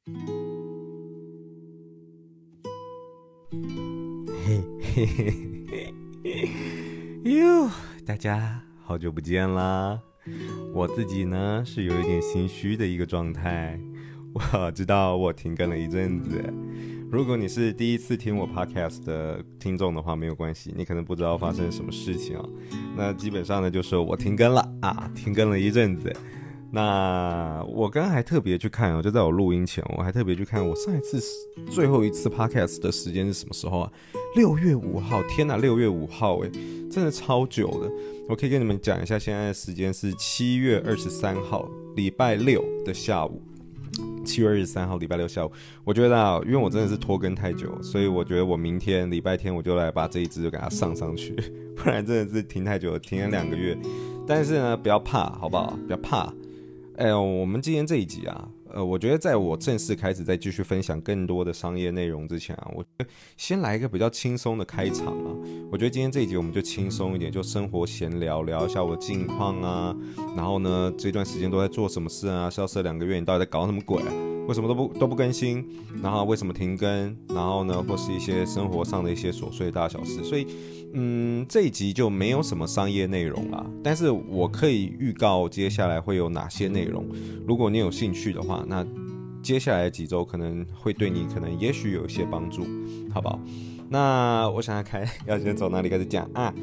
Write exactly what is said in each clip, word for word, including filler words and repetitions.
嘿嘿嘿嘿哟，大家好久不见啦！我自己呢是有一点心虚的一个状态，我知道我停更了一阵子。如果你是第一次听我 podcast 的听众的话，没有关系，你可能不知道发生什么事情啊。那基本上呢，就是我停更了啊，停更了一阵子。那我刚刚还特别去看哦，就在我录音前，我还特别去看我上一次最后一次 podcast 的时间是什么时候啊？六月五号，天哪，六月五号哎，真的超久的。我可以跟你们讲一下，现在的时间是七月二十三号，礼拜六的下午。七月二十三号礼拜六下午，我觉得啊，因为我真的是拖更太久，所以我觉得我明天礼拜天我就来把这一支就给它上上去，不然真的是停太久了，停了两个月。但是呢，不要怕，好不好？不要怕。哎呦，我们今天这一集啊，呃，我觉得在我正式开始再继续分享更多的商业内容之前啊，我觉得先来一个比较轻松的开场啊。我觉得今天这一集我们就轻松一点，就生活闲聊，聊一下我的近况啊。然后呢，这段时间都在做什么事啊？消失了两个月，你到底在搞什么鬼啊？为什么都不都不更新？然后为什么停更？然后呢，或是一些生活上的一些琐碎的大小事。所以，嗯，这一集就没有什么商业内容啦。但是我可以预告接下来会有哪些内容。如果你有兴趣的话，那接下来的几周可能会对你可能也许有一些帮助，好不好？那我想要开要先从哪里开始讲啊？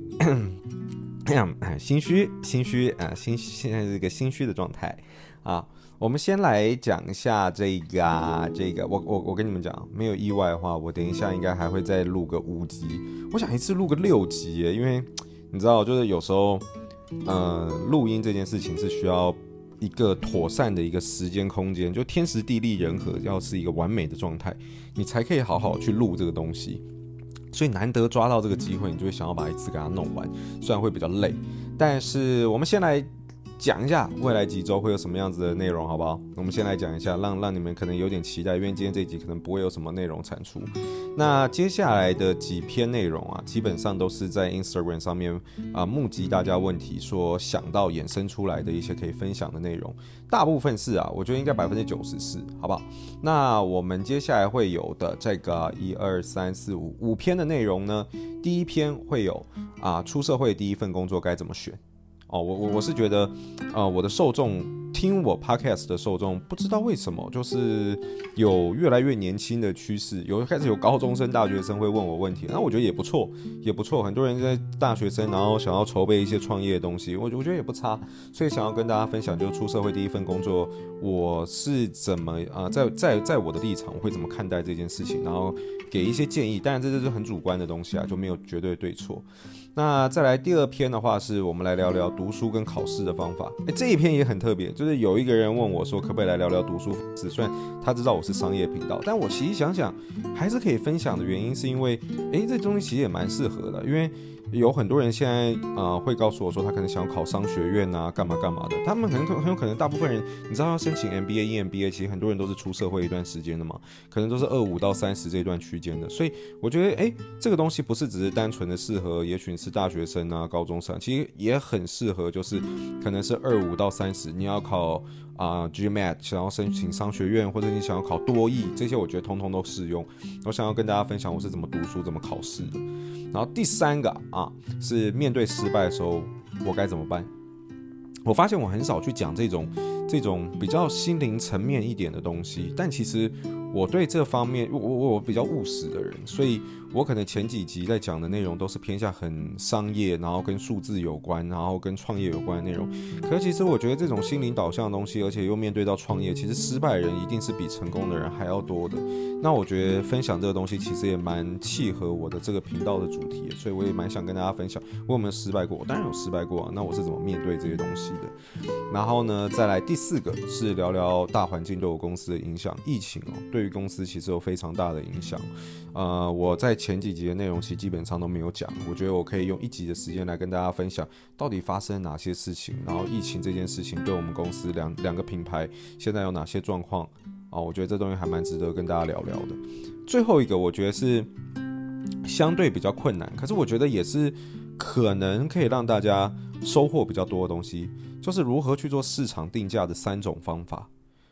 心虚，心虚啊，心现在是一个心虚的状态啊。我们先来讲一下这个、啊、这个，我我我跟你们讲，没有意外的话，我等一下应该还会再录个五集，我想一次录个六集耶，因为你知道，就是有时候，呃，录音这件事情是需要一个妥善的一个时间空间，就天时地利人和，要是一个完美的状态，你才可以好好去录这个东西。所以难得抓到这个机会，你就会想要把一次给它弄完，虽然会比较累，但是我们先来讲一下未来几周会有什么样子的内容，好不好？我们先来讲一下，让让你们可能有点期待，因为今天这一集可能不会有什么内容产出。那接下来的几篇内容啊，基本上都是在 Instagram 上面啊募集大家问题所想到衍生出来的一些可以分享的内容，大部分是啊，我觉得应该百分之九十是，好不好？那我们接下来会有的这个一二三四五五篇的内容呢，第一篇会有啊出社会第一份工作该怎么选。哦，我我我是觉得，呃，我的受众听我 podcast 的受众，不知道为什么，就是有越来越年轻的趋势，有开始有高中生、大学生会问我问题，那我觉得也不错，也不错。很多人在大学生，然后想要筹备一些创业的东西，我我觉得也不差，所以想要跟大家分享，就是出社会第一份工作，我是怎么啊、呃，在在在我的立场，我会怎么看待这件事情，然后给一些建议。当然，这就是很主观的东西啊，就没有绝对对错。那再来第二篇的话，是我们来聊聊读书跟考试的方法。哎，这一篇也很特别，就是有一个人问我说，可不可以来聊聊读书方式？虽然他知道我是商业频道，但我其实想想，还是可以分享的原因，是因为，哎，这东西其实也蛮适合的，因为有很多人现在呃会告诉我说，他可能想要考商学院啊，干嘛干嘛的。他们可能很有可能大部分人，你知道要申请 M B A、E M B A， 其实很多人都是出社会一段时间的嘛，可能都是二十五到三十这一段区间的。所以我觉得，哎，这个东西不是只是单纯的适合，也许是大学生啊、高中生，其实也很适合，就是可能是二十五到三十，你要考啊、呃、G M A T， 想要申请商学院，或者你想要考多益，这些我觉得通通都适用。我想要跟大家分享我是怎么读书、怎么考试的。然后第三个啊，是面对失败的时候我该怎么办。我发现我很少去讲这种这种比较心灵层面一点的东西，但其实我对这方面我我我比较务实的人，所以我可能前几集在讲的内容都是偏向很商业，然后跟数字有关，然后跟创业有关的内容。可是其实我觉得这种心灵导向的东西，而且又面对到创业，其实失败的人一定是比成功的人还要多的。那我觉得分享这个东西其实也蛮契合我的这个频道的主题，所以我也蛮想跟大家分享我有没有失败过。我当然有失败过啊，那我是怎么面对这些东西的。然后呢，再来第四个是聊聊大环境对我公司的影响。疫情哦，对于公司其实有非常大的影响。呃，我在前几集的内容其实基本上都没有讲，我觉得我可以用一集的时间来跟大家分享到底发生哪些事情，然后疫情这件事情对我们公司两两个品牌现在有哪些状况啊？我觉得这东西还蛮值得跟大家聊聊的。最后一个我觉得是相对比较困难，可是我觉得也是可能可以让大家收获比较多的东西，就是如何去做市场定价的三种方法。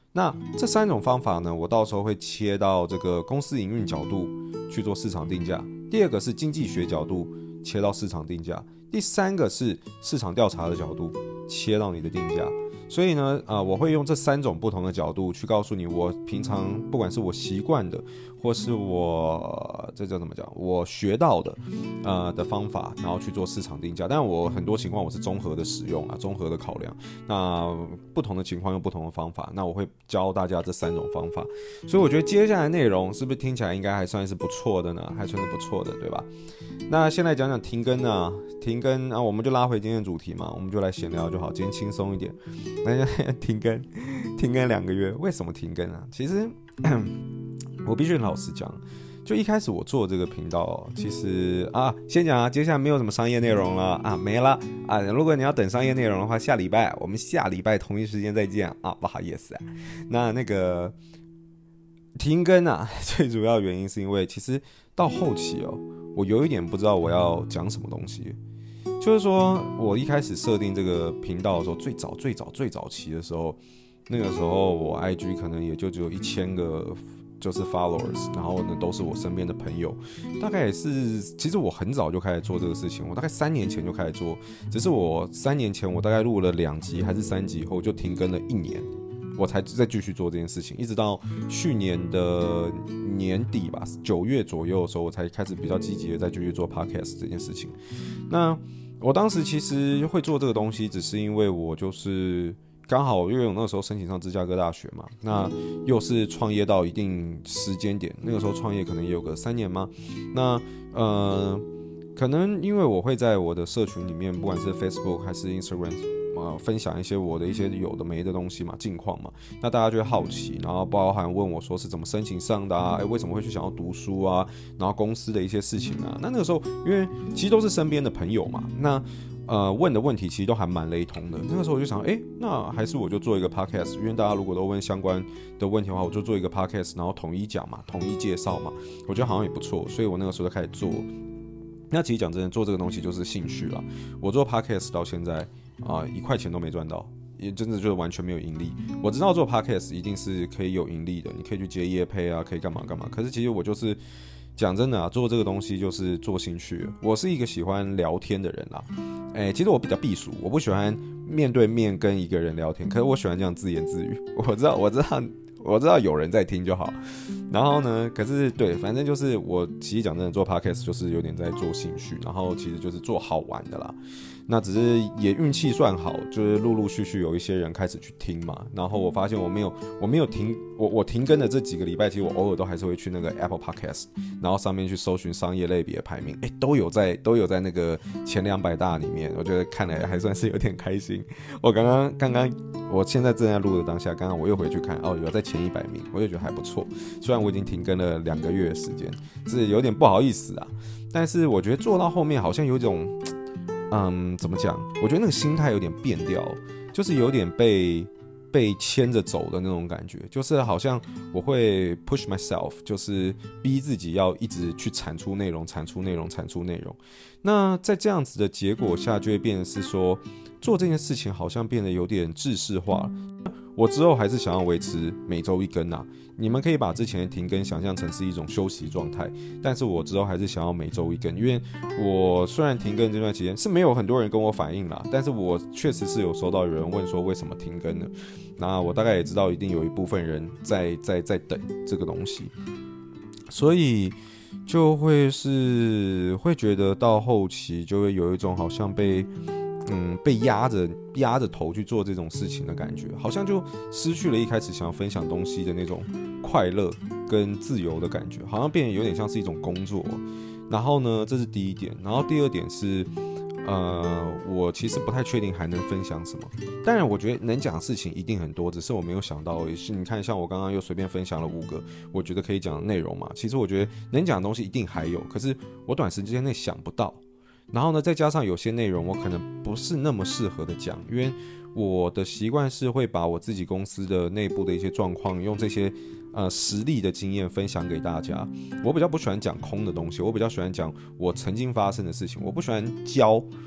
那这三种方法呢，我到时候会切到这个公司营运角度去做市场定价。第二个是经济学角度切到市场定价，第三个是市场调查的角度切到你的定价。所以呢，呃，我会用这三种不同的角度去告诉你，我平常不管是我习惯的，或是我这叫怎么讲，我学到的，呃的方法，然后去做市场定价。但我很多情况我是综合的使用啊，综合的考量。那不同的情况用不同的方法，那我会教大家这三种方法。所以我觉得接下来的内容是不是听起来应该还算是不错的呢？还算是不错的，对吧？那先来讲讲停更啊，停更啊，我们就拉回今天的主题嘛，我们就来闲聊就好，今天轻松一点。那停更，停更两个月，为什么停更啊？其实我必须老实讲，就一开始我做这个频道，其实啊，先讲啊，接下来没有什么商业内容了啊，没了啊。如果你要等商业内容的话，下礼拜我们下礼拜同一时间再见啊，不好意思啊。那那个停更啊，最主要原因是因为其实到后期哦，我有一点不知道我要讲什么东西。就是说我一开始设定这个频道的时候，最早最早最早期的时候，那个时候我 I G 可能也就只有一千个就是 followers， 然后呢都是我身边的朋友，大概也是，其实我很早就开始做这个事情，我大概三年前就开始做，只是我三年前我大概录了两集还是三集后就停更了一年，我才再继续做这件事情，一直到去年的年底吧，九月左右的时候，我才开始比较积极的再继续做 podcast 这件事情。那我当时其实会做这个东西，只是因为我就是刚好，因为我那个时候申请上芝加哥大学嘛，那又是创业到一定时间点，那个时候创业可能也有个三年嘛，那呃，可能因为我会在我的社群里面，不管是 Facebook 还是 Instagram。呃，分享一些我的一些有的没的东西嘛，近况嘛，那大家就会好奇，然后包含问我说是怎么申请上的啊，哎，为什么会去想要读书啊，然后公司的一些事情啊，那那个时候因为其实都是身边的朋友嘛，那呃问的问题其实都还蛮雷同的，那个时候我就想，哎，那还是我就做一个 podcast， 因为大家如果都问相关的问题的话，我就做一个 podcast， 然后统一讲嘛，统一介绍嘛，我觉得好像也不错，所以我那个时候就开始做。那其实讲真的，做这个东西就是兴趣啦。我做 podcast 到现在啊、呃，一块钱都没赚到，也真的就是完全没有盈利。我知道做 podcast 一定是可以有盈利的，你可以去接业配啊，可以干嘛干嘛。可是其实我就是讲真的啊，做这个东西就是做兴趣。我是一个喜欢聊天的人啦，哎、欸，其实我比较避俗，我不喜欢面对面跟一个人聊天，可是我喜欢这样自言自语。我知道，我知道。我知道有人在听就好，然后呢，可是对，反正就是我其实讲真的，做 podcast 就是有点在做兴趣，然后其实就是做好玩的啦。那只是也运气算好，就是陆陆续续有一些人开始去听嘛。然后我发现我没有，我没有停，我我停更的这几个礼拜，其实我偶尔都还是会去那个 Apple Podcast， 然后上面去搜寻商业类别排名，哎，都有在都有在那个前两百大里面，我觉得看来还算是有点开心。我刚刚刚刚，我现在正在录的当下，刚刚我又回去看，哦，有在前一百名，我就觉得还不错。虽然我已经停更了两个月的时间，是有点不好意思啊，但是我觉得做到后面好像有一种。嗯，怎么讲？我觉得那个心态有点变掉，就是有点被被牵着走的那种感觉，就是好像我会 push myself， 就是逼自己要一直去产出内容、产出内容、产出内容。那在这样子的结果下，就会变成是说，做这件事情好像变得有点制式化。我之后还是想要维持每周一更啊。你们可以把之前的停更想象成是一种休息状态，但是我之后还是想要每周一更，因为我虽然停更这段期间是没有很多人跟我反映啦，但是我确实是有收到有人问说为什么停更呢？那我大概也知道一定有一部分人在在在等这个东西，所以就会是会觉得到后期就会有一种好像被。嗯，被压着压着头去做这种事情的感觉，好像就失去了一开始想要分享东西的那种快乐跟自由的感觉，好像变得有点像是一种工作。然后呢，这是第一点。然后第二点是，呃，我其实不太确定还能分享什么。当然，我觉得能讲的事情一定很多，只是我没有想到而已。是你看，像我刚刚又随便分享了五个，我觉得可以讲的内容嘛。其实我觉得能讲的东西一定还有，可是我短时间内想不到。然后呢，再加上有些内容我可能不是那么适合的讲，因为我的习惯是会把我自己公司的内部的一些状况，用这些呃实例的经验分享给大家。我比较不喜欢讲空的东西，我比较喜欢讲我曾经发生的事情。我不喜欢教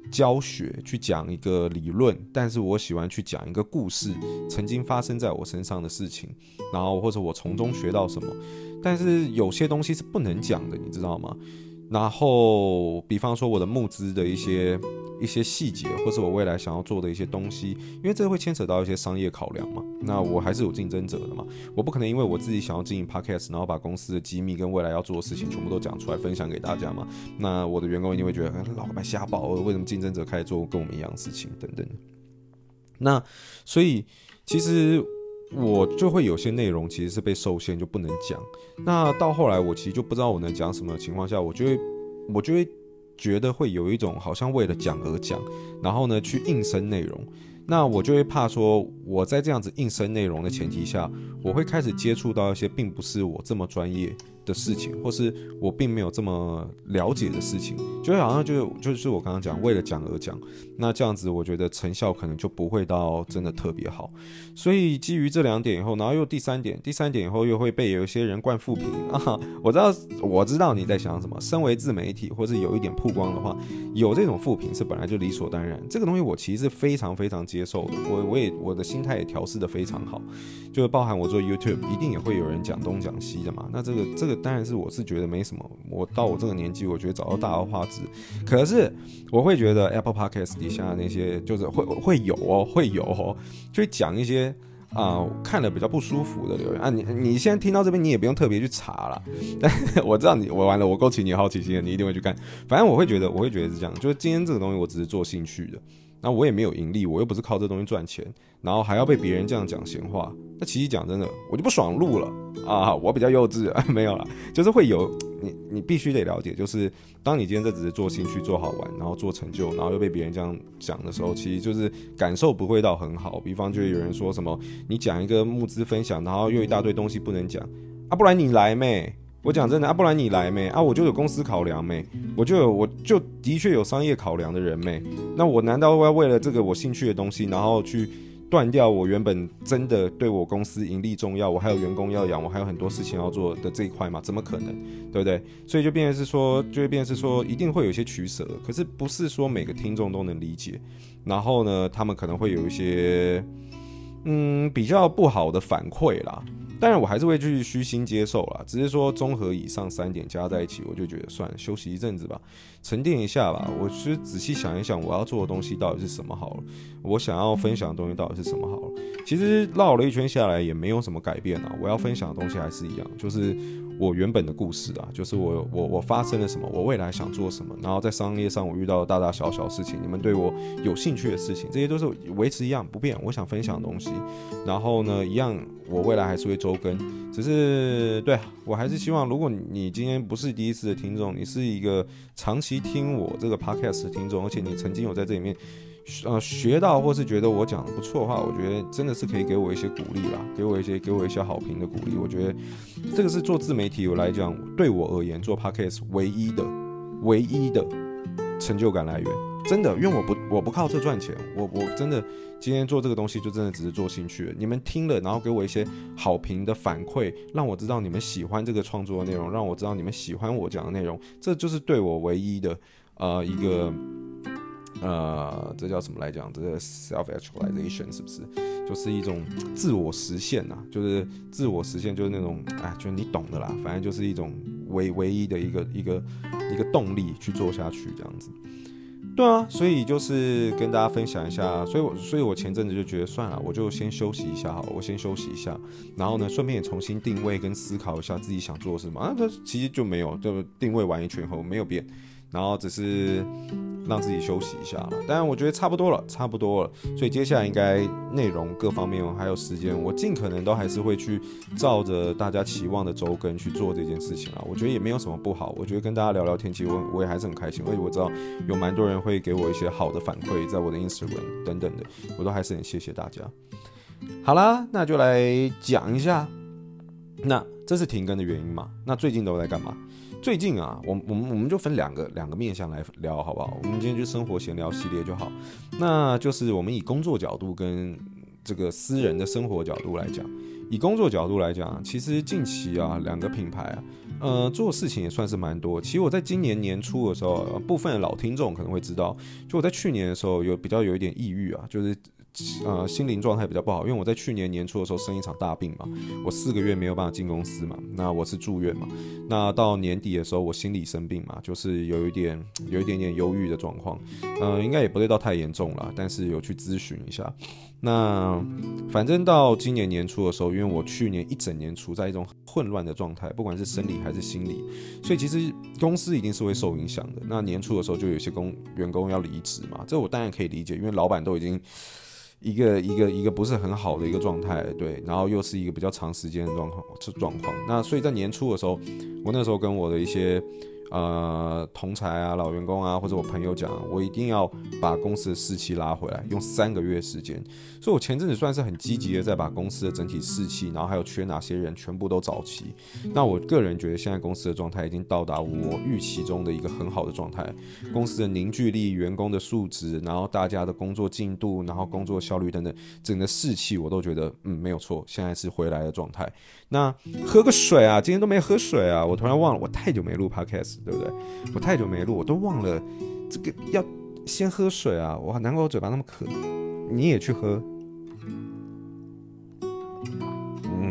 教学，去讲一个理论，但是我喜欢去讲一个故事，曾经发生在我身上的事情，然后或者我从中学到什么。但是有些东西是不能讲的，你知道吗？然后比方说我的募资的一些一些细节，或是我未来想要做的一些东西，因为这会牵扯到一些商业考量嘛。那我还是有竞争者的嘛，我不可能因为我自己想要经营 podcast， 然后把公司的机密跟未来要做的事情全部都讲出来分享给大家嘛。那我的员工一定会觉得，老板瞎报，为什么竞争者开始做跟我们一样的事情等等。那所以其实我就会有些内容其实是被受限，就不能讲。那到后来我其实就不知道我能讲什么的情况下，我就会我就会觉得会有一种好像为了讲而讲，然后呢去硬生内容。那我就会怕说，我在这样子硬生内容的前提下，我会开始接触到一些并不是我这么专业的事情，或是我并没有这么了解的事情，就好像就就是我刚刚讲为了讲而讲，那这样子我觉得成效可能就不会到真的特别好。所以基于这两点以后，然后又第三点，第三点以后又会被有一些人灌负评啊。我知道我知道你在想什么，身为自媒体或是有一点曝光的话，有这种负评是本来就理所当然。这个东西我其实是非常非常接受的，我我也我的心态也调试的非常好，就是包含我做 YouTube 一定也会有人讲东讲西的嘛。那这个这个当然是我是觉得没什么，我到我这个年纪，我觉得找到大而化之。可是我会觉得 Apple Podcast 底下那些就是会会有哦，会有哦，就会讲一些啊、呃、看了比较不舒服的留言啊。你你现在听到这边，你也不用特别去查啦。但我知道你我完了，我勾起你的好奇心了，你一定会去看。反正我会觉得，我会觉得是这样，就是今天这个东西我只是做兴趣的。那我也没有盈利，我又不是靠这东西赚钱，然后还要被别人这样讲闲话，那其实讲真的，我就不爽录了啊！我比较幼稚，没有啦，就是会有你，你必须得了解，就是当你今天这只是做兴趣、做好玩，然后做成就，然后又被别人这样讲的时候，其实就是感受不会到很好。比方就有人说什么，你讲一个募资分享，然后又一大堆东西不能讲啊，不然你来咩？我讲真的啊，不然你来没啊？我就有公司考量没，我就有，我就的确有商业考量的人没。那我难道要为了这个我兴趣的东西，然后去断掉我原本真的对我公司盈利重要，我还有员工要养，我还有很多事情要做的这一块吗？怎么可能？对不对？所以就变成是说，就会变成是说，一定会有一些取舍，可是不是说每个听众都能理解。然后呢，他们可能会有一些嗯比较不好的反馈啦。当然我还是会去虚心接受啦，只是说综合以上三点加在一起，我就觉得算了，休息一阵子吧，沉淀一下吧。我其实仔细想一想，我要做的东西到底是什么好了，我想要分享的东西到底是什么好了。其实绕了一圈下来也没有什么改变啊，我要分享的东西还是一样，就是我原本的故事啊，就是我我我发生了什么，我未来想做什么，然后在商业上我遇到的大大小小事情，你们对我有兴趣的事情，这些都是维持一样不变，我想分享的东西。然后呢，一样我未来还是会周更，只是对我还是希望，如果你今天不是第一次的听众，你是一个长期听我这个 podcast 的听众，而且你曾经有在这里面呃学到或是觉得我讲的不错的话，我觉得真的是可以给我一些鼓励啦，给我一些给我一些好评的鼓励。我觉得这个是做自媒体我来讲，对我而言做 podcast 唯一的唯一的成就感来源。真的，因为我不我不靠这赚钱，我我真的今天做这个东西就真的只是做兴趣了。你们听了，然后给我一些好评的反馈，让我知道你们喜欢这个创作的内容，让我知道你们喜欢我讲的内容，这就是对我唯一的呃一个呃这叫什么来讲？这个 self actualization 是不是？就是一种自我实现呐、啊，就是自我实现，就是那种哎，就是你懂的啦，反正就是一种唯唯一的一个一个一个动力去做下去这样子。对啊，所以就是跟大家分享一下，所以我所以我前阵子就觉得算了，我就先休息一下好了，我先休息一下，然后呢，顺便也重新定位跟思考一下自己想做什么啊。这其实就没有，就定位完一圈后没有变，然后只是让自己休息一下了。当然我觉得差不多了，差不多了，所以接下来应该内容各方面还有时间，我尽可能都还是会去照着大家期望的周更去做这件事情啊。我觉得也没有什么不好，我觉得跟大家聊聊天，其实 我, 我也还是很开心，而且我知道有蛮多人会给我一些好的反馈，在我的 Instagram 等等的，我都还是很谢谢大家。好啦，那就来讲一下，那这是停更的原因嘛？那最近都在干嘛？最近啊，我我们我们就分两个两个面向来聊，好不好？我们今天就生活闲聊系列就好。那就是我们以工作角度跟这个私人的生活角度来讲， 以工作角度来讲，其实近期啊，两个品牌啊，呃，做事情也算是蛮多。其实我在今年年初的时候，呃、部分的老听众可能会知道，就我在去年的时候有比较有一点抑郁啊，就是呃心灵状态比较不好，因为我在去年年初的时候生一场大病嘛，我四个月没有办法进公司嘛，那我是住院嘛，那到年底的时候我心理生病嘛，就是有一点有一点点忧郁的状况，呃，应该也不会到太严重啦，但是有去咨询一下。那反正到今年年初的时候，因为我去年一整年处在一种混乱的状态，不管是生理还是心理，所以其实公司一定是会受影响的。那年初的时候就有些工员工要离职嘛，这我当然可以理解，因为老板都已经一个一个一个不是很好的一个状态，对，然后又是一个比较长时间的状况状况。那所以在年初的时候，我那时候跟我的一些呃同才啊、老员工啊，或者我朋友讲，我一定要把公司的士气拉回来，用三个月时间。所以我前阵子算是很积极的在把公司的整体士气，然后还有缺哪些人全部都找齐。那我个人觉得现在公司的状态已经到达我预期中的一个很好的状态，公司的凝聚力、员工的素质，然后大家的工作进度，然后工作效率等等，整个士气我都觉得嗯没有错，现在是回来的状态。那喝个水啊，今天都没喝水啊，我突然忘了，我太久没录 podcast， 对不对？我太久没录，我都忘了这个要先喝水啊，我难怪我嘴巴那么渴。你也去喝，嗯，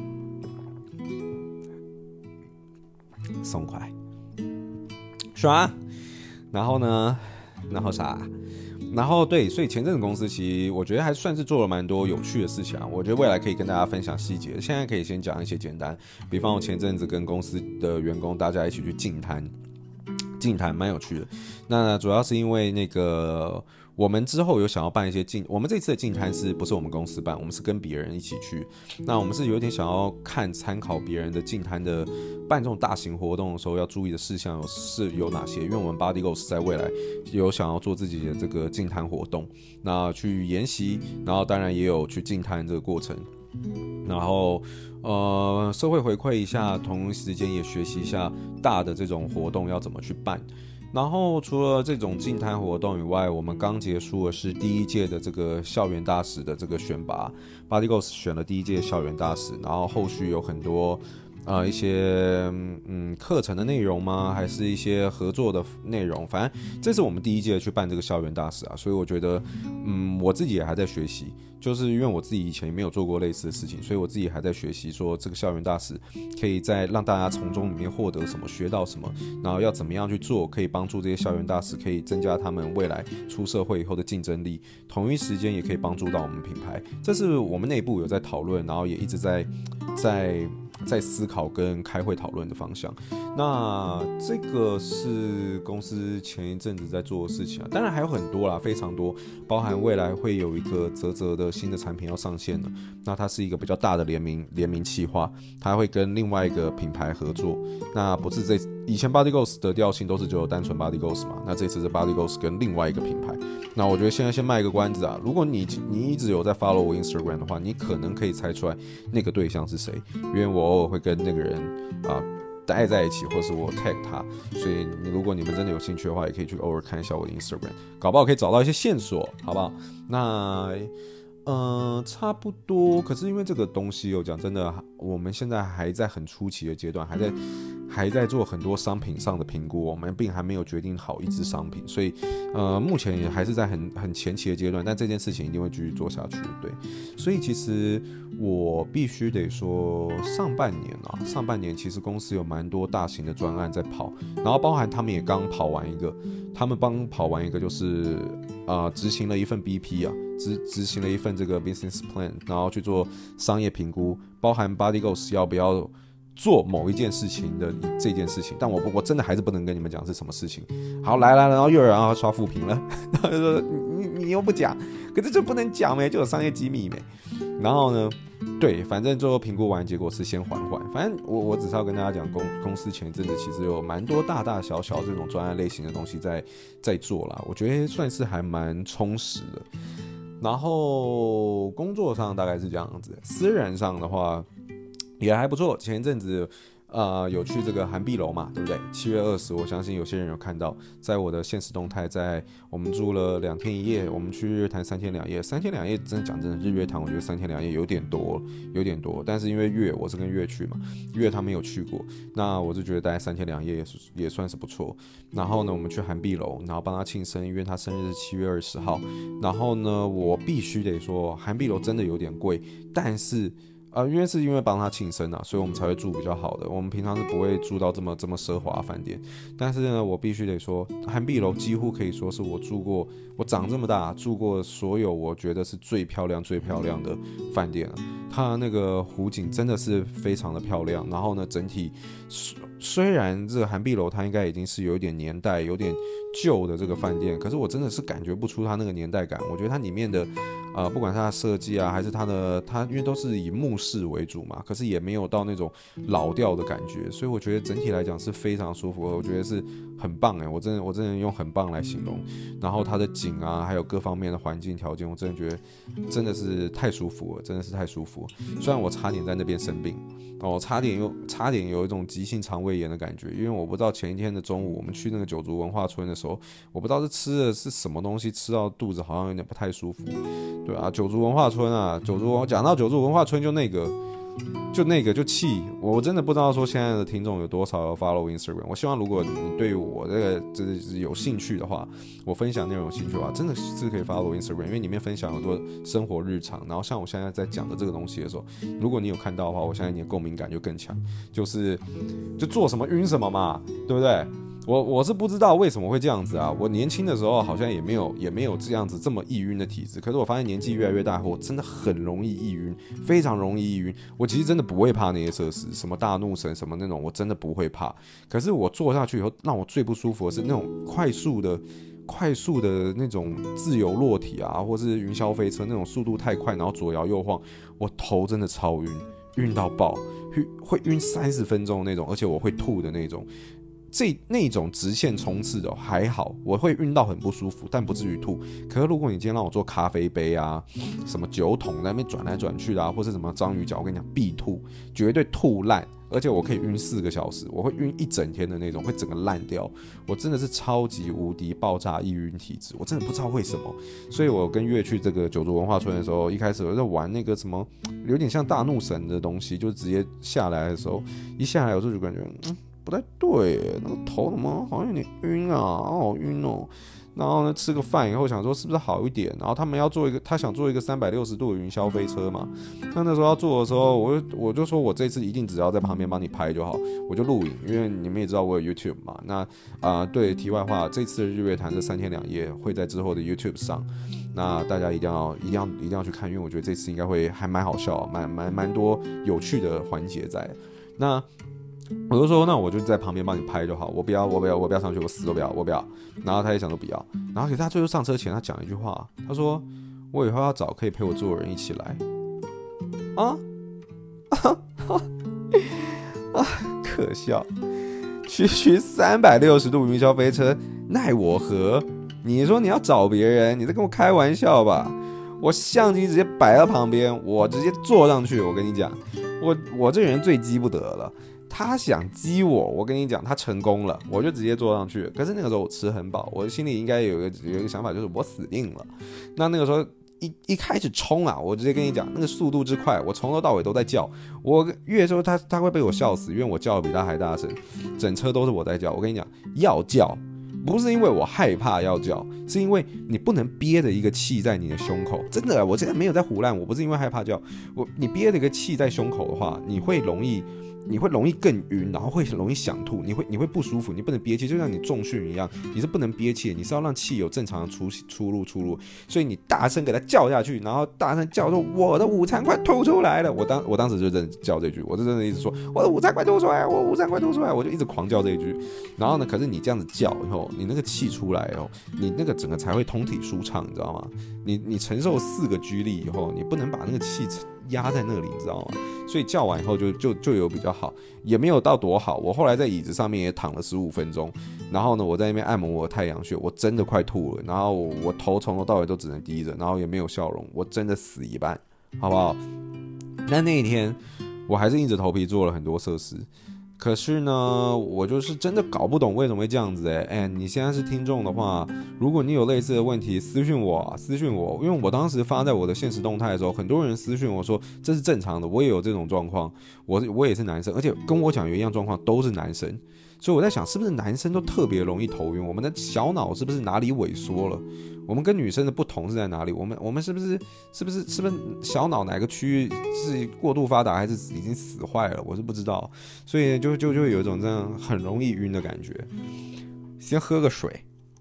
松快，爽。然后呢，然后啥？然后对，所以前阵子公司其实我觉得还算是做了蛮多有趣的事情啊。我觉得未来可以跟大家分享细节，现在可以先讲一些简单，比方我前阵子跟公司的员工大家一起去净滩，净滩蛮有趣的。那主要是因为那个。我们之后有想要办一些净，我们这次的净滩是不是我们公司办？我们是跟别人一起去。那我们是有点想要看参考别人的净滩的办这种大型活动的时候要注意的事项有是有哪些？因为我们 Body Goals 在未来有想要做自己的这个净滩活动，那去研习，然后当然也有去净滩这个过程，然后呃社会回馈一下，同时间也学习一下大的这种活动要怎么去办。然后除了这种净滩活动以外，我们刚结束的是第一届的这个校园大使的这个选拔 ，Body Goals 选了第一届校园大使，然后后续有很多呃一些嗯课程的内容吗？还是一些合作的内容？反正这是我们第一届去办这个校园大使啊，所以我觉得嗯我自己也还在学习。就是因为我自己以前没有做过类似的事情，所以我自己还在学习，说这个校园大使可以在让大家从中里面获得什么，学到什么，然后要怎么样去做，可以帮助这些校园大使，可以增加他们未来出社会以后的竞争力，同一时间也可以帮助到我们品牌。这是我们内部有在讨论，然后也一直在在在思考跟开会讨论的方向。那这个是公司前一阵子在做的事情啊，当然还有很多啦，非常多，包含未来会有一个嘖嘖的新的产品要上线了。那它是一个比较大的联名联名企划，它会跟另外一个品牌合作。那不是这以前 Body Goals 的调性都是只有单纯 Body Goals 嘛，那这次是 Body Goals 跟另外一个品牌。那我觉得现在先卖一个关子啊，如果你你一直有在 follow 我 Instagram 的话，你可能可以猜出来那个对象是谁，因为我偶尔会跟那个人啊。待在一起，或是我 tag 他，所以如果你们真的有兴趣的话，也可以去偶尔看一下我的 Instagram， 搞不好可以找到一些线索，好不好？那呃，差不多。可是因为这个东西，我讲真的，我们现在还在很初期的阶段，还在还在做很多商品上的评估，我们并还没有决定好一支商品，所以呃，目前也还是在很很前期的阶段。但这件事情一定会继续做下去，对。所以其实我必须得说，上半年啊，上半年其实公司有蛮多大型的专案在跑，然后包含他们也刚跑完一个，他们帮跑完一个就是呃执行了一份 B P 啊。执执行了一份这个 business plan， 然后去做商业评估，包含 Body Goals 要不要做某一件事情的这件事情，但我我真的还是不能跟你们讲是什么事情。好，来来，然后又有人要刷负评了，然后就说你你又不讲，可是就不能讲没，就有商业机密没。然后呢，对，反正最后评估完结果是先缓缓。反正我我只是要跟大家讲，公公司前一阵子其实有蛮多大大小小这种专案类型的东西在在做啦，我觉得算是还蛮充实的。然后工作上大概是这样子，私人上的话也还不错。前一阵子， 呃，有去这个涵碧楼嘛，对不对？七月二十，我相信有些人有看到，在我的现实动态，在我们住了两天一夜，我们去日月潭三天两夜，三天两夜真的讲真的，日月潭我觉得三天两夜有点多，有点多。但是因为月我是跟月去嘛，月他没有去过，那我就觉得大概三天两夜也是也算是不错。然后呢，我们去涵碧楼，然后帮他庆生，因为他生日是七月二十号。然后呢，我必须得说，涵碧楼真的有点贵，但是。呃，因为是因为帮他庆生啊，所以我们才会住比较好的。我们平常是不会住到这么这么奢华的饭店。但是呢，我必须得说，涵碧楼几乎可以说是我住过，我长这么大住过所有我觉得是最漂亮、最漂亮的饭店了。它那个湖景真的是非常的漂亮。然后呢，整体虽然这个涵碧楼它应该已经是有一点年代、有点旧的这个饭店，可是我真的是感觉不出它那个年代感。我觉得它里面的。呃，不管它的设计啊，还是它的它，因为都是以木饰为主嘛，可是也没有到那种老调的感觉，所以我觉得整体来讲是非常舒服的，我觉得是很棒哎，我真的我真的用很棒来形容。然后它的景啊，还有各方面的环境条件，我真的觉得真的是太舒服了，真的是太舒服了。虽然我差点在那边生病，哦，差点有差点有一种急性肠胃炎的感觉，因为我不知道前一天的中午我们去那个九族文化村的时候，我不知道是吃的是什么东西，吃到肚子好像有点不太舒服。对啊，九族文化村啊，九族讲到九族文化村就那个，就那个就气，我真的不知道说现在的听众有多少要 follow Instagram。我希望如果你对我这个就是有兴趣的话，我分享内容有兴趣的话，真的是可以 follow Instagram， 因为里面分享很多生活日常。然后像我现在在讲的这个东西的时候，如果你有看到的话，我相信你的共鸣感就更强，就是就做什么晕什么嘛，对不对？我我是不知道为什么会这样子啊！我年轻的时候好像也没有也没有这样子这么易晕的体质，可是我发现年纪越来越大后，我真的很容易易晕，非常容易易晕。我其实真的不会怕那些设施，什么大怒神什么那种，我真的不会怕。可是我坐下去以后，让我最不舒服的是那种快速的。快速的那种自由落体啊，或是云霄飞车那种速度太快，然后左摇右晃，我头真的超晕，晕到爆，会晕三十分钟那种，而且我会吐的那种。这那种直线冲刺的还好，我会晕到很不舒服，但不至于吐。可是如果你今天让我做咖啡杯啊，什么酒桶在那边转来转去的啊，或是什么章鱼脚，我跟你讲必吐，绝对吐烂。而且我可以晕四个小时，我会晕一整天的那种，会整个烂掉。我真的是超级无敌爆炸易晕体质，我真的不知道为什么。所以我跟月去这个九族文化村的时候，一开始我在玩那个什么，有点像大怒神的东西，就直接下来的时候，一下来我就感觉嗯。不太对，那个头怎么好像有点晕啊，好晕哦。然后呢，吃个饭以后想说是不是好一点，然后他们要做一个，他想做一个三百六十度的云霄飞车嘛。那那时候要做的时候，我就我就说我这次一定只要在旁边帮你拍就好，我就录影，因为你们也知道我有 YouTube 嘛。那啊、呃，对，题外话，这次的日月潭这三天两夜会在之后的 YouTube 上，那大家一定要一定要一定要去看，因为我觉得这次应该会还蛮好笑，蛮蛮蛮多有趣的环节在。那我就说，那我就在旁边帮你拍就好，我不要，我不要，我不要上去，我死都不要，我不要。然后他也想说不要，然后可是他最后上车前，他讲一句话，他说：“我以后要找可以陪我坐的人一起来。”啊啊啊！可笑，区区三百六十度云霄飞车，奈我何？你说你要找别人，你在跟我开玩笑吧？我相机直接摆在旁边，我直接坐上去。我跟你讲，我我这人最激不得了。他想激我，我跟你讲，他成功了，我就直接坐上去。可是那个时候我吃很饱，我心里应该有一个有一个想法，就是我死定了。那那个时候一一开始冲啊，我直接跟你讲，那个速度之快，我从头到尾都在叫。我越说他他会被我笑死，因为我叫的比他还大声，整车都是我在叫。我跟你讲，要叫不是因为我害怕要叫，是因为你不能憋着一个气在你的胸口。真的，我现在没有在胡乱，我不是因为害怕叫，我你憋着一个气在胸口的话，你会容易。你会容易更晕，然后会容易想吐，你会你会不舒服，你不能憋气，就像你重训一样，你是不能憋气的，你是要让气有正常的出出入出入，所以你大声给他叫下去，然后大声叫说我的午餐快吐出来了，我当我当时就真的叫这句，我就真的一直说我的午餐快吐出来，我午餐快吐出来，我就一直狂叫这一句，然后呢，可是你这样子叫以后，你那个气出来以后，你那个整个才会通体舒畅，你知道吗？你你承受四个居力以后，你不能把那个气压在那里，你知道吗？所以叫完以后就就就有比较好，也没有到多好。我后来在椅子上面也躺了十五分钟，然后呢，我在那边按摩我的太阳穴，我真的快吐了。然后 我, 我头从头到尾都只能低着，然后也没有笑容，我真的死一半，好不好？但那一天我还是硬着头皮做了很多设施。 可是呢，我就是真的搞不懂为什么会这样子哎、欸、哎、欸，你现在是听众的话，如果你有类似的问题，私讯我，私讯我，因为我当时发在我的限时动态的时候，很多人私讯我说这是正常的，我也有这种状况，我我也是男生，而且跟我讲有一样状况都是男生，所以我在想，是不是男生都特别容易头晕？我们的小脑是不是哪里萎缩了？我们跟女生的不同是在哪里？我们我们是不是是不是是不是小脑哪个区域是过度发达，还是已经死坏了？我是不知道，所以就就就会有一种这样很容易晕的感觉。先喝个水。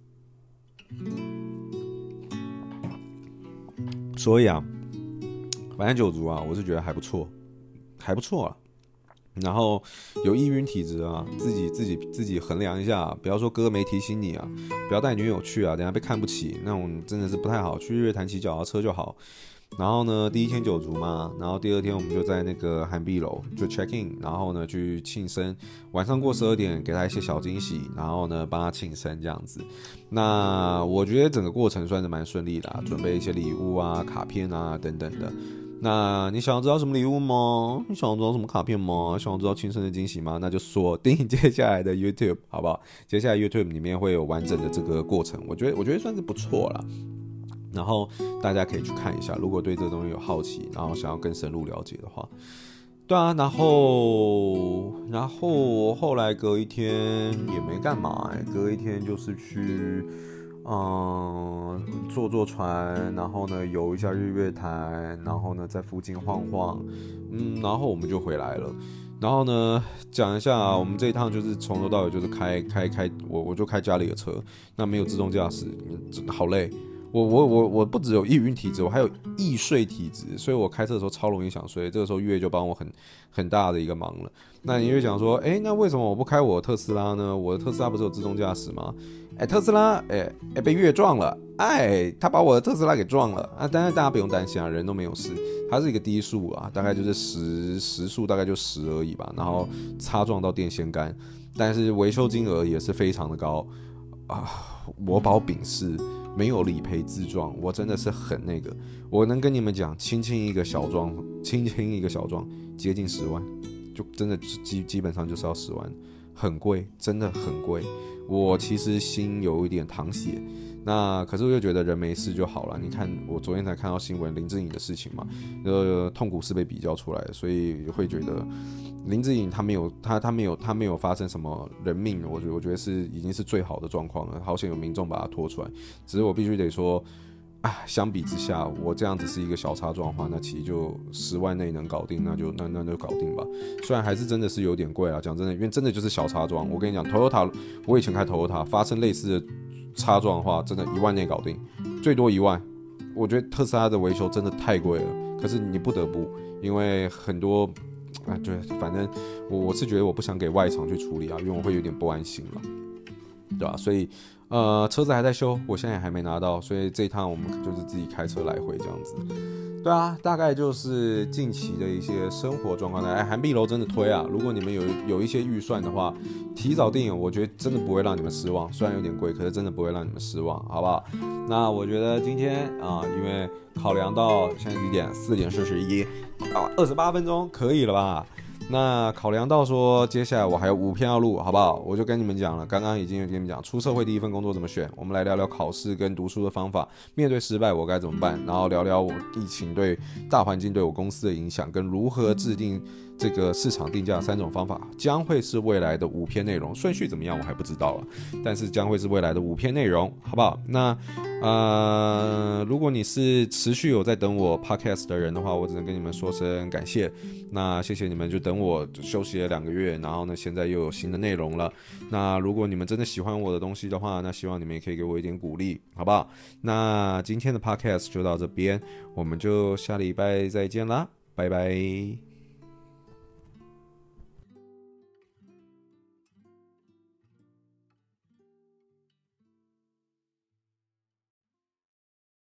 所以啊，反正酒足啊，我是觉得还不错，还不错啊。然后有易晕体质啊，自己自己自己衡量一下，不要说哥没提醒你啊，不要带女友去啊，等下被看不起，那种真的是不太好。去日月潭骑脚踏车就好。然后呢，第一天酒足嘛，然后第二天我们就在那个涵碧楼就 check in， 然后呢去庆生，晚上过十二点给他一些小惊喜，然后呢帮他庆生这样子。那我觉得整个过程算是蛮顺利的、啊，准备一些礼物啊、卡片啊等等的。那你想要知道什么礼物吗？你想要知道什么卡片吗？想要知道庆生的惊喜吗？那就锁定接下来的 YouTube 好不好？接下来 YouTube 里面会有完整的这个过程，我觉得我觉得算是不错啦。然后大家可以去看一下，如果对这个东西有好奇，然后想要更深入了解的话，对啊。然后然后后来隔一天也没干嘛、欸，隔一天就是去。嗯，坐坐船，然后呢游一下日月潭，然后呢在附近晃晃，嗯，然后我们就回来了。然后呢讲一下、啊，我们这一趟就是从头到尾就是开开开，我我就开家里的车，那没有自动驾驶，好累。我我我我不只有易晕体质，我还有易睡体质，所以我开车的时候超容易想睡。这个时候月就帮我很很大的一个忙了。那你会讲说，哎，那为什么我不开我的特斯拉呢？我的特斯拉不是有自动驾驶吗？哎，特斯拉，哎哎被月撞了，哎，他把我的特斯拉给撞了啊！但是大家不用担心啊，人都没有事，它是一个低速啊，大概就是十时速大概就十而已吧，然后擦撞到电线杆，但是维修金额也是非常的高啊！我保丙式。没有理赔自撞，我真的是很那个。我能跟你们讲，轻轻一个小撞，轻轻一个小撞，接近十万，就真的基基本上就是要十万，很贵，真的很贵。我其实心有一点淌血，那可是我就觉得人没事就好了。你看，我昨天才看到新闻林志颖的事情嘛，呃，痛苦是被比较出来的，所以会觉得。林志颖他没有他他没有他没有发生什么人命，我觉得我觉得是已经是最好的状况了。好险有民众把他拖出来，只是我必须得说，啊，相比之下，我这样子是一个小擦撞的话，那其实就十万内能搞定，那就那那就搞定吧。虽然还是真的是有点贵啊，讲真的，因为真的就是小擦撞。我跟你讲 ，Toyota， 我以前开 Toyota 发生类似的擦撞的话，真的一万内搞定，最多一万。我觉得特斯拉的维修真的太贵了，可是你不得不，因为很多。啊，对，反正我我是觉得我不想给外厂去处理啊，因为我会有点不安心嘛，对吧？所以呃，车子还在修，我现在也还没拿到，所以这一趟我们就是自己开车来回这样子。对啊，大概就是近期的一些生活状况。哎，涵碧楼真的推啊！如果你们有有一些预算的话，提早订，我觉得真的不会让你们失望。虽然有点贵，可是真的不会让你们失望，好不好？那我觉得今天啊、呃，因为考量到现在几点？四点四十一啊，二十八分钟可以了吧？那考量到说接下来我还有五篇要录，好不好？我就跟你们讲了，刚刚已经有跟你们讲，出社会第一份工作怎么选，我们来聊聊考试跟读书的方法，面对失败我该怎么办，然后聊聊我疫情对大环境对我公司的影响，跟如何制定这个市场定价三种方法，将会是未来的五篇内容，顺序怎么样我还不知道了，但是将会是未来的五篇内容，好不好？那呃，如果你是持续有在等我 podcast 的人的话，我只能跟你们说声感谢。那谢谢你们，就等我休息了两个月，然后呢，现在又有新的内容了。那如果你们真的喜欢我的东西的话，那希望你们也可以给我一点鼓励，好不好？那今天的 podcast 就到这边，我们就下礼拜再见啦，拜拜。